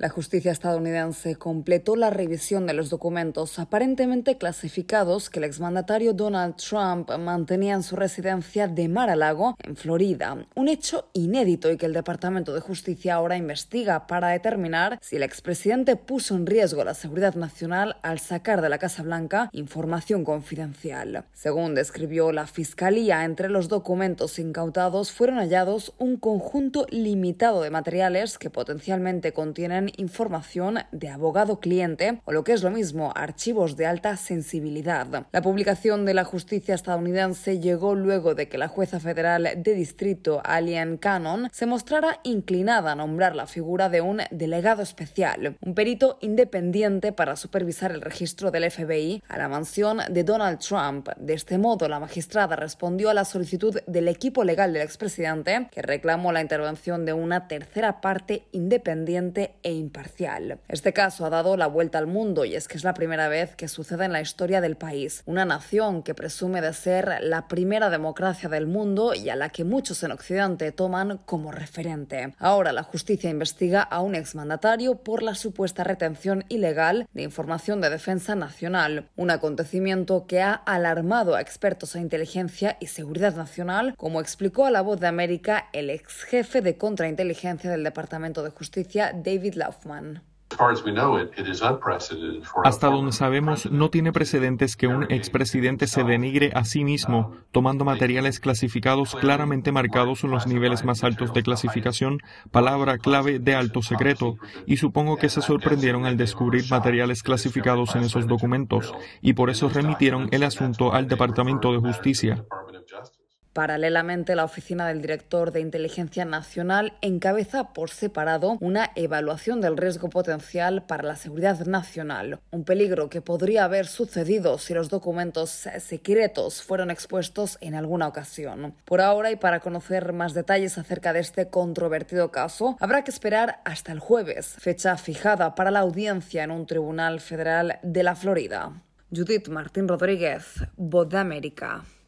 La justicia estadounidense completó la revisión de los documentos aparentemente clasificados que el exmandatario Donald Trump mantenía en su residencia de Mar-a-Lago, en Florida. Un hecho inédito y que el Departamento de Justicia ahora investiga para determinar si el expresidente puso en riesgo la seguridad nacional al sacar de la Casa Blanca información confidencial. Según describió la Fiscalía, entre los documentos incautados fueron hallados un conjunto limitado de materiales que potencialmente contienen información de abogado-cliente o, lo que es lo mismo, archivos de alta sensibilidad. La publicación de la justicia estadounidense llegó luego de que la jueza federal de distrito, Aileen Cannon, se mostrara inclinada a nombrar la figura de un delegado especial, un perito independiente para supervisar el registro del FBI a la mansión de Donald Trump. De este modo, la magistrada respondió a la solicitud del equipo legal del expresidente, que reclamó la intervención de una tercera parte independiente e imparcial. Este caso ha dado la vuelta al mundo y es que es la primera vez que sucede en la historia del país. Una nación que presume de ser la primera democracia del mundo y a la que muchos en Occidente toman como referente. Ahora la justicia investiga a un exmandatario por la supuesta retención ilegal de información de defensa nacional, un acontecimiento que ha alarmado a expertos en inteligencia y seguridad nacional, como explicó a La Voz de América el ex jefe de contrainteligencia del Departamento de Justicia, David Laufman. Hasta donde sabemos, no tiene precedentes que un expresidente se denigre a sí mismo, tomando materiales clasificados claramente marcados en los niveles más altos de clasificación, palabra clave de alto secreto, y supongo que se sorprendieron al descubrir materiales clasificados en esos documentos, y por eso remitieron el asunto al Departamento de Justicia. Paralelamente, la Oficina del Director de Inteligencia Nacional encabeza por separado una evaluación del riesgo potencial para la seguridad nacional, un peligro que podría haber sucedido si los documentos secretos fueron expuestos en alguna ocasión. Por ahora, y para conocer más detalles acerca de este controvertido caso, habrá que esperar hasta el jueves, fecha fijada para la audiencia en un tribunal federal de la Florida. Judith Martín Rodríguez, Voz de América.